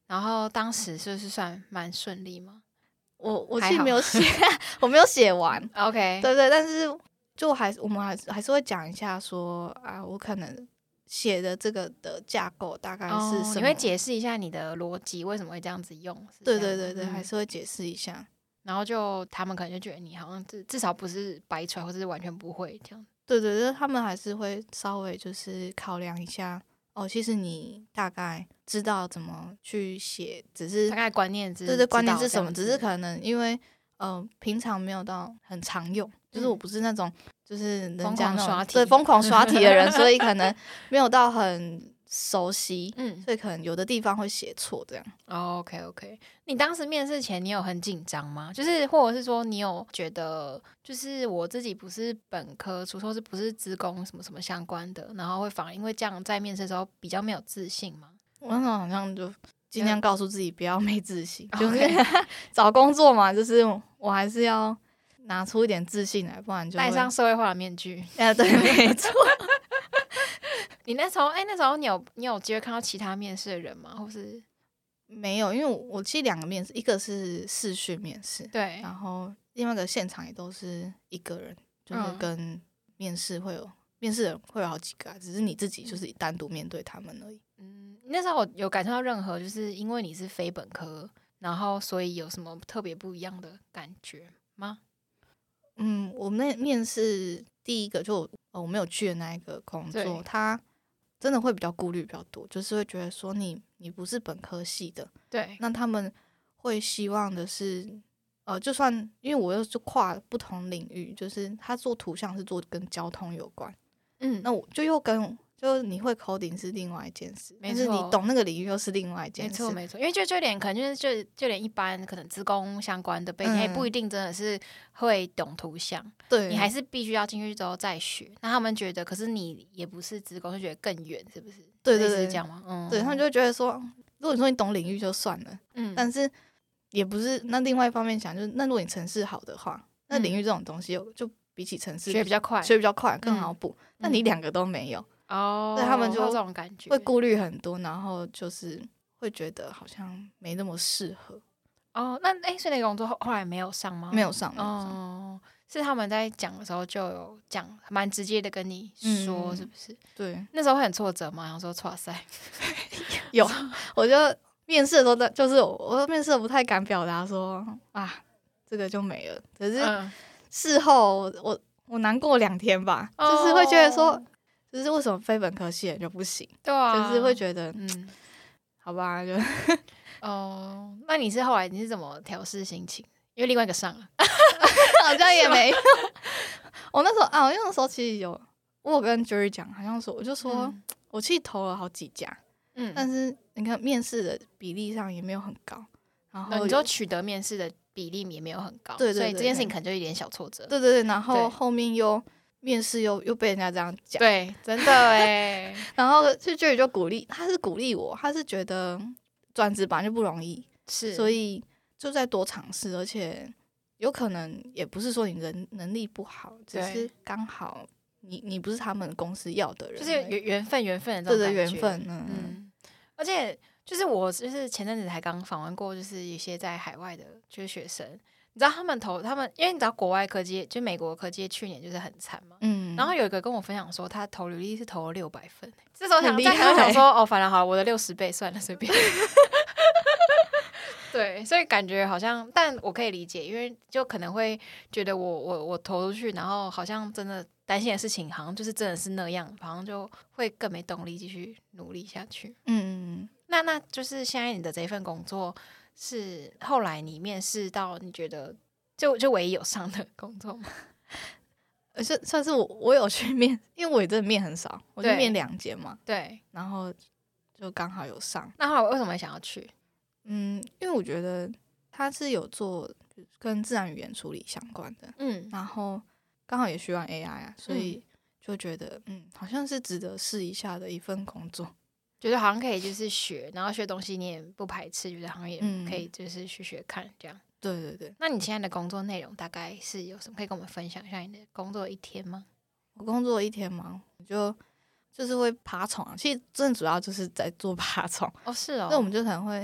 然后当时就是算蛮顺利吗？ 我我其实没有写，我没有写完。 OK， 对对，但是就还我们还是还是会讲一下说啊，我可能写的这个的架构大概是什么？ 哦、你会解释一下你的逻辑为什么会这样子用？ 对对对对， 嗯、 还是会解释一下。 然后就他们可能就觉得你好像至至少不是白出来，或者是完全不会这样。 对对对，他们还是会稍微就是考量一下。哦，其实你大概知道怎么去写，只是大概观念是， 对对，观念是什么？只是可能因为呃平常没有到很常用，就是我不是那种就是人家那种对疯狂刷题的人，所以可能没有到很熟悉，嗯，所以可能有的地方会写错这样。 哦 OK OK， 你当时面试前你有很紧张吗？就是或者是说你有觉得就是我自己不是本科出，或是不是资工什么什么相关的，然后会反而因为这样在面试的时候比较没有自信吗？ 我那时候好像就尽量告诉自己不要没自信，嗯、就是找工作嘛，就是我还是要拿出一点自信来，不然就戴上社会化的面具。 哎，对，没错。 你那时候，哎、欸，那时候你有你有机会看到其他面试的人吗？或是没有？因为我我其实两个面试，一个是视讯面试， 对， 然后另外一个现场也都是一个人，就是跟面试会有、嗯、面试人会有好几个、啊，只是你自己就是单独面对他们而已。 嗯，那时候有感受到任何就是因为你是非本科，然后所以有什么特别不一样的感觉吗？ 嗯，我们面试第一个就我没有去的那一个工作，他真的会比较顾虑比较多，就是会觉得说你你不是本科系的， 对， 那他们会希望的是，呃，就算因为我又是跨不同领域，就是他做图像是做跟交通有关，嗯，那我就又跟就你会 coding 是另外一件事，但是你懂那个领域又是另外一件事， 没错没错，因为就就连可能就是就就连一般可能资工相关的背景，嗯、不一定真的是会懂图像， 对， 你还是必须要进去之后再学。那他们觉得，可是你也不是资工，就觉得更远，是不是？ 对对对， 是这样吗？嗯， 对他们就觉得说，如果你说你懂领域就算了，嗯，但是也不是。那另外一方面想，就是那如果你程式好的话，那领域这种东西有就比起程式学比较快， 学比较快，更好补。那、嗯、你两个都没有。 哦， 对他们就这种感觉会顾虑很多，然后就是会觉得好像没那么适合。 哦，那哎，所以那个工作后后来没有上吗？ 没有上，没有上。 哦，是他们在讲的时候就有讲，蛮直接的跟你说，嗯、是不是？ 对， 那时候会很挫折吗？然后说挫塞， 有，我就面试的时候，就是我我面试的不太敢表达说啊，这个就没了。可是事后我我我难过两天吧，嗯、就是会觉得说。就是为什么非本科系人就不行？ 对啊， 就是会觉得，嗯，好吧，就哦。那你是后来你是怎么调试心情？因为另外一个上了， 好像也没有。我那时候啊，因为那时候其实有，我有跟 Jerry 讲，好像说，我就说、嗯、我其实投了好几家，嗯，但是你看面试的比例上也没有很高，然后你就取得面试的比例也没有很高， 对对对， 所以这件事情可能就有点小挫折。 对对对，然后后面又。面试又又被人家这样讲， 对，真的哎。 然后就 Jerry 就鼓励，他是鼓励我，他是觉得转职本来就不容易， 是， 所以就再多尝试，而且有可能也不是说你人能力不好，只是刚好你你不是他们公司要的人， 就是缘缘分缘分的这种感觉， 对对，缘分，嗯嗯。而且就是我就是前阵子才刚访问过，就是一些在海外的就是学生。你知道他们投他们，因为你知道国外科技，就美国科技去年就是很惨嘛，嗯，然后有一个跟我分享说，他投履历是投了六百分，这时候想在想说，哦，反正好，我的六十倍算了，随便。对，所以感觉好像，但我可以理解，因为就可能会觉得我我我投出去，然后好像真的担心的事情，好像就是真的是那样，好像就会更没动力继续努力下去。嗯，那那就是现在你的这份工作。是后来你面试到你觉得就就唯一有上的工作吗？ 呃，算算是我我有去面，因为我也真的面很少，我就面两间嘛。 对， 然后就刚好有上。 那后来为什么想要去？ 嗯，因为我觉得他是有做跟自然语言处理相关的，嗯，然后刚好也学完 A I 啊，所以就觉得嗯，好像是值得试一下的一份工作。 觉得好像可以就是学，然后学东西你也不排斥，觉得好像也可以就是学学看这样。 嗯、对对对。 那你现在的工作内容大概是有什么可以跟我们分享一下你的工作一天吗？ 我工作一天吗？我就就是会爬虫啊，其实真的主要就是在做爬虫。 哦，是哦。 那我们就可能会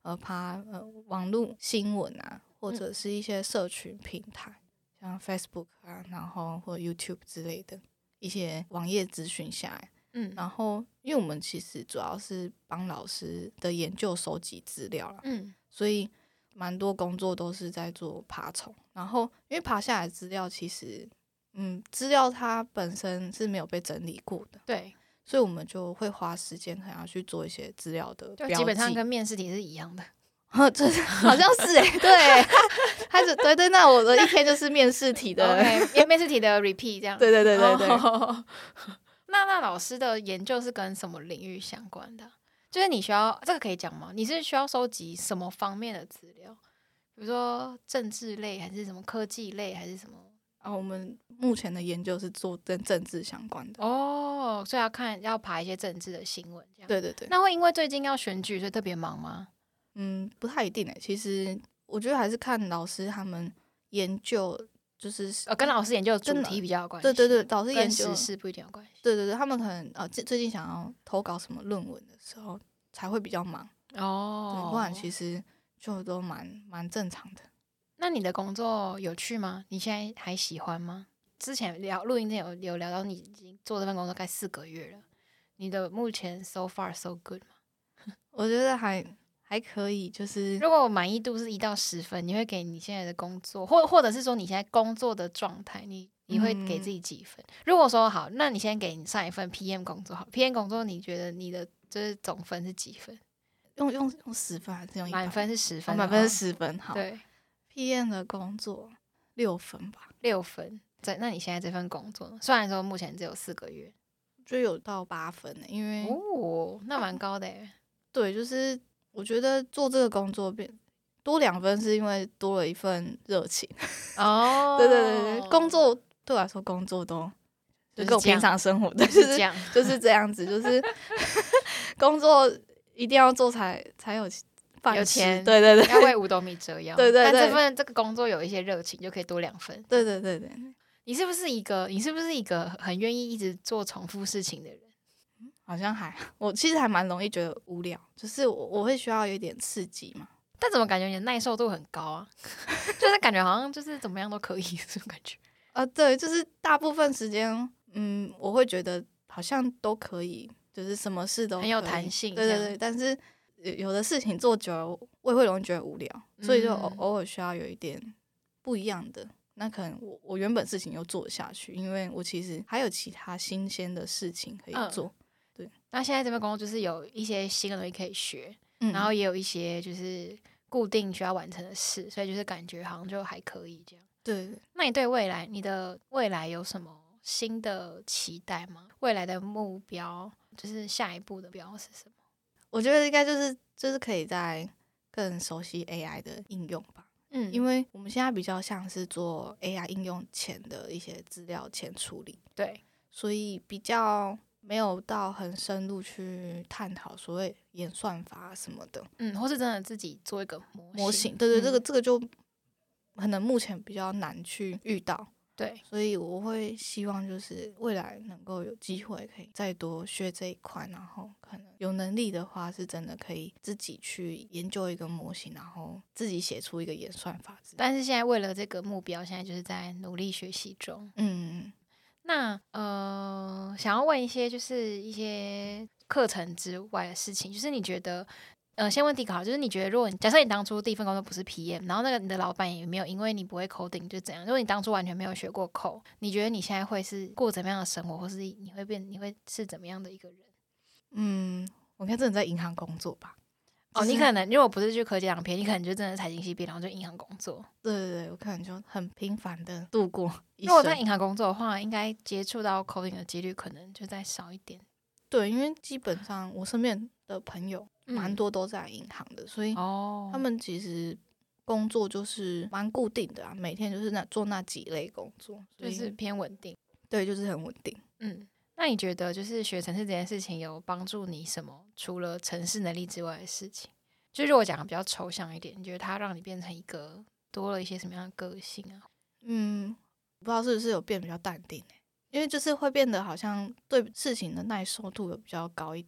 呃爬呃网络新闻啊，或者是一些社群平台，像 Facebook 啊，然后或 YouTube 之类的一些网页资讯下来。嗯，然后因为我们其实主要是帮老师的研究收集资料啦，嗯，所以蛮多工作都是在做爬虫。然后因为爬下来资料其实嗯资料它本身是没有被整理过的， 对， 所以我们就会花时间可能要去做一些资料的标记， 就基本上跟面试题是一样的。 就是好像是哎、欸，对，他就对对，那我的一天就是面试题的， 因为面试题的 repeat 这样。 对对对对对。 Oh. 那那老师的研究是跟什么领域相关的？就是你需要这个可以讲吗？你是需要收集什么方面的资料？比如说政治类，还是什么科技类，还是什么？ 啊，我们目前的研究是做跟政治相关的哦，所以要看要爬一些政治的新闻，这样。 对对对。 那会因为最近要选举，所以特别忙吗？ 嗯，不太一定诶、欸。其实我觉得还是看老师他们研究。就是呃，跟老师研究的主题比较有关系。 对对对，老师研究跟时事不一定有关系。 对对对，他们可能呃最近想要投稿什么论文的时候才会比较忙哦，对，不然其实就都蛮蛮正常的。 那你的工作有趣吗？你现在还喜欢吗？之前聊录音前有有聊到你已经做这份工作该四个月了，你的目前 so far so good 吗？ 我觉得还。还可以，就是如果满意度是一到十分，你会给你现在的工作，或或者是说你现在工作的状态，你你会给自己几分？嗯、如果说好，那你先给你上一份 P M 工作好 ，P M 工作你觉得你的就是总分是几分？ 用用用十分还是用满分是十分？ 满分是十分，好。 对 ，P M 的工作六分吧， 六分。在那你现在这份工作呢？虽然说目前只有四个月， 就有到八分呢，因为哦，那蛮高的耶。 对，就是。我觉得做这个工作变多两分，是因为多了一份热情哦。对对对对，工作对我来说，工作都就跟我平常生活的就是这样， 就是这样子，就是工作一定要做才才有有钱。 对对对， 要为五斗米折腰。 对对对， 但这份这个工作有一些热情，就可以多两分。 对对对对， 你是不是一个你是不是一个很愿意一直做重复事情的人？ 好像还我其实还蛮容易觉得无聊，就是我我会需要有点刺激嘛。 但怎么感觉你的耐受度很高啊？就是感觉好像就是怎么样都可以这种感觉啊、呃，对，就是大部分时间，嗯，我会觉得好像都可以，就是什么事都很有弹性。 对对对，但是有的事情做久了，我也会容易觉得无聊，所以就偶偶尔需要有一点不一样的。那可能我我原本事情又做得下去，因为我其实还有其他新鲜的事情可以做。嗯，对， 那现在这份工作就是有一些新的东西可以学，嗯、然后也有一些就是固定需要完成的事，所以就是感觉好像就还可以这样。 对， 那你对未来，你的未来有什么新的期待吗？未来的目标就是下一步的目标是什么？ 我觉得应该就是就是可以在更熟悉 A I 的应用吧。嗯，因为我们现在比较像是做 A I 应用前的一些资料前处理， 对， 所以比较没有到很深入去探讨所谓演算法什么的， 嗯，或是真的自己做一个模型， 模型对对，嗯、这个这个就可能目前比较难去遇到， 对， 所以我会希望就是未来能够有机会可以再多学这一块，然后可能有能力的话，是真的可以自己去研究一个模型，然后自己写出一个演算法。 但是现在为了这个目标，现在就是在努力学习中。嗯，那呃，想要问一些就是一些课程之外的事情，就是你觉得。呃，先问迪卡，就是你觉得，如果你假设你当初第一份工作不是 P M， 然后那个你的老板也没有因为你不会 coding 就怎样，如果你当初完全没有学过 code， 你觉得你现在会是过怎么样的生活，或是你会变，你会是怎么样的一个人？ 嗯，我应该真的在银行工作吧。 哦，你可能如果不是去科技两篇，你可能就真的财经系毕业，然后就银行工作。 对对对，我可能就很平凡的度过一生。 如果在银行工作的话，应该接触到 coding 的几率可能就再少一点。 对，因为基本上我身边的朋友蛮多都在银行的，嗯、所以他们其实工作就是蛮固定的啊，每天就是那做那几类工作， 就是偏稳定。 对，就是很稳定。 嗯，那你觉得就是学程式这件事情有帮助你什么？除了程式能力之外的事情，就如果讲的比较抽象一点，你觉得它让你变成一个多了一些什么样的个性啊？ 嗯，不知道是不是有变比较淡定、欸因为就是会变得好像对事情的耐受度有比较高一点。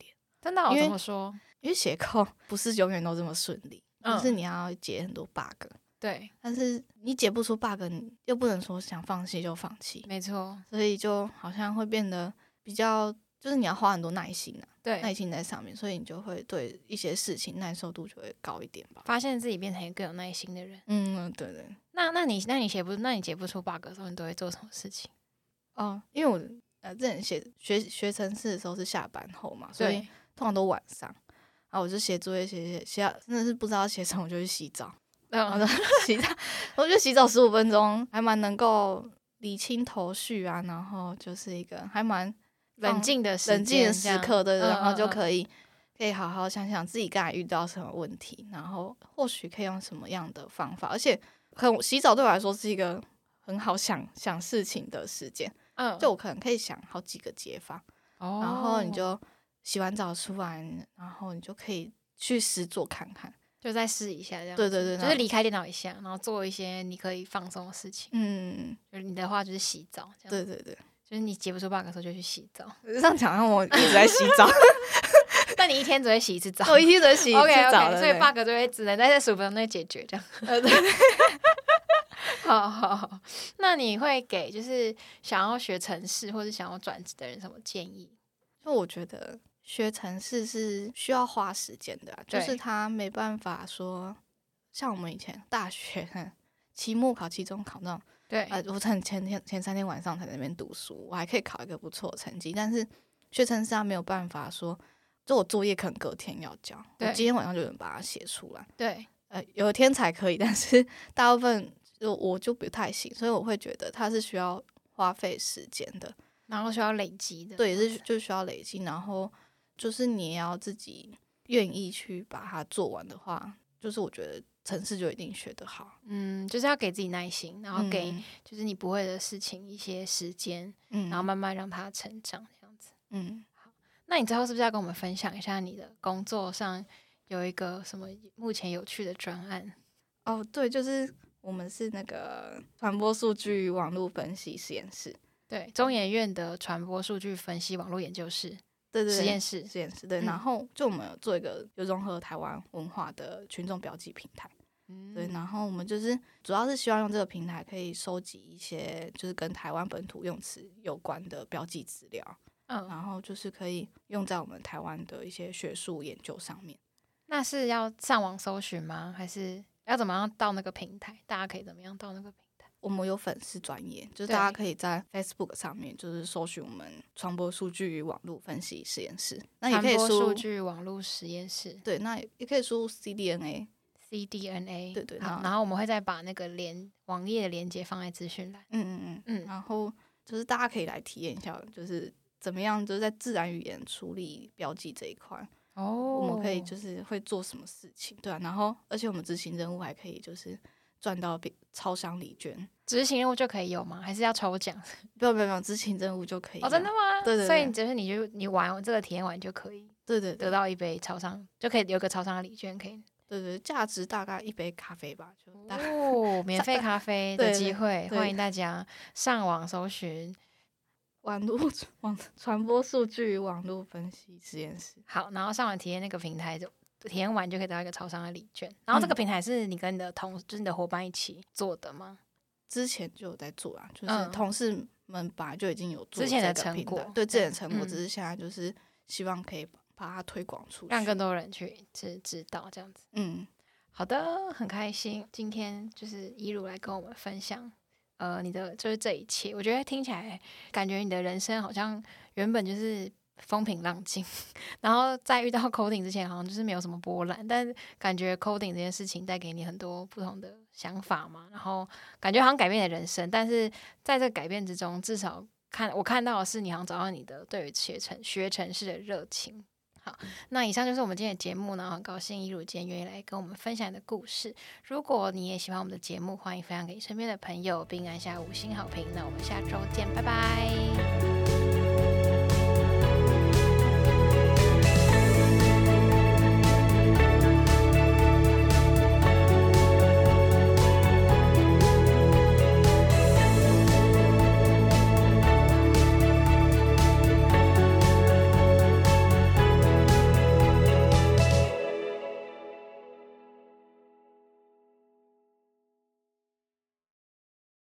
真的、哦？ 因为怎么说？ 因为写扣不是永远都这么顺利，嗯、就是你要解很多 bug。 对， 但是你解不出 bug， 你又不能说想放弃就放弃， 没错， 所以就好像会变得比较，就是你要花很多耐心啊， 对， 耐心在上面，所以你就会对一些事情耐受度就会高一点吧。 发现自己变成一个更有耐心的人。 嗯，对对。 那那你那你写不那你解不出 bug 的时候，你都会做什么事情？ 哦，因为我呃之前写学学程式的时候是下班后嘛，所以通常都晚上，然后我就写作业写写写，真的是不知道写什么，我就去洗澡。然后洗澡，我觉得洗澡十五分钟还蛮能够理清头绪啊，然后就是一个还蛮冷静的时冷静的时刻的， 嗯、 然后就可以可以好好想想自己刚才遇到什么问题，然后或许可以用什么样的方法，而且可能洗澡对我来说是一个很好想想事情的时间，嗯，就我可能可以想好几个解法，哦、然后你就洗完澡出来，然后你就可以去实做看看。 就再试一下这样， 对对对， 就是离开电脑一下，然后做一些你可以放松的事情。嗯，就是你的话就是洗澡，这样。 对对对， 就是你解不出 bug 的时候就去洗澡。 这样讲让我一直在洗澡， 但你一天只会洗一次澡， 我一天只会洗一次澡 ，OK OK， 所以 bug 就会只能在这十五分钟内解决这样。 呃对， 好好好，那你会给就是想要学程式或者想要转职的人什么建议？ 就我觉得。学程式是需要花时间的、啊，就是他没办法说像我们以前大学期末考、期中考那种， 对， 呃，我前前天前三天晚上才在那边读书，我还可以考一个不错的成绩。但是学程式他没有办法说，就我作业可能隔天要交，我今天晚上就能把它写出来。 对， 呃，有天才可以，但是大部分就我就不太行，所以我会觉得它是需要花费时间的， 然后需要累积的， 对，是就需要累积，然后。就是你也要自己愿意去把它做完的话，就是我觉得程式就一定学得好。 嗯，就是要给自己耐心，然后给就是你不会的事情一些时间，嗯，然后慢慢让它成长，这样子。嗯，好，那你之后是不是要跟我们分享一下你的工作上有一个什么目前有趣的专案？ 哦，对，就是我们是那个传播数据网络分析实验室， 对，中研院的传播数据分析网络研究室。 对对对， 实验室， 实验室对、嗯，然后就我们有做一个有融合台湾文化的群众标记平台，嗯，对，然后我们就是主要是希望用这个平台可以收集一些就是跟台湾本土用词有关的标记资料，嗯，然后就是可以用在我们台湾的一些学术研究上面。 那是要上网搜寻吗？还是要怎么样到那个平台？大家可以怎么样到那个平台？ 我们有粉丝专页，就是大家可以在 Facebook 上面就是搜寻我们传播数据与网络分析实验室，那也可以输传播数据网络实验室， 对，那也可以输 C D N A，C D N A， 对对， 好，然后我们会再把那个连网页的连接放在资讯栏， 嗯嗯嗯嗯，然后就是大家可以来体验一下，就是怎么样，就是在自然语言处理标记这一块，哦，我们可以就是会做什么事情，对啊，然后而且我们执行任务还可以就是赚到超商礼券。 执行任务就可以有吗？还是要抽奖？ 不用不用不用，执行任务就可以。 哦，真的吗？ 对 对, 对。 所以就是你就你玩这个体验完就可以， 对 对, 对， 得到一杯超商，就可以有个超商的礼券可以。 对对，价值大概一杯咖啡吧，就哦，免费咖啡的机会，欢迎大家上网搜寻网络网传播数据网络分析实验室。 好，然后上网体验那个平台就。体验完就可以得到一个超商的礼券，然后这个平台是你跟你的同、嗯、就是你的伙伴一起做的吗？ 之前就有在做啊，就是同事们本来就已经有做之前的成果， 对之前的成果，只是现在就是希望可以把它推广出去， 让更多人去知知道这样子。嗯，好的，很开心，今天就是依如来跟我们分享，呃，你的就是这一切，我觉得听起来感觉你的人生好像原本就是风平浪静，然后在遇到 coding 之前好像就是没有什么波澜，但是感觉 coding 这件事情带给你很多不同的想法嘛，然后感觉好像改变你的人生，但是在这个改变之中，至少看我看到的是你好像找到你的对于学程学程式的热情。好，那以上就是我们今天的节目呢，很高兴依如今天愿意来跟我们分享你的故事。如果你也喜欢我们的节目，欢迎分享给身边的朋友，并按下五星好评。那我们下周见，拜拜。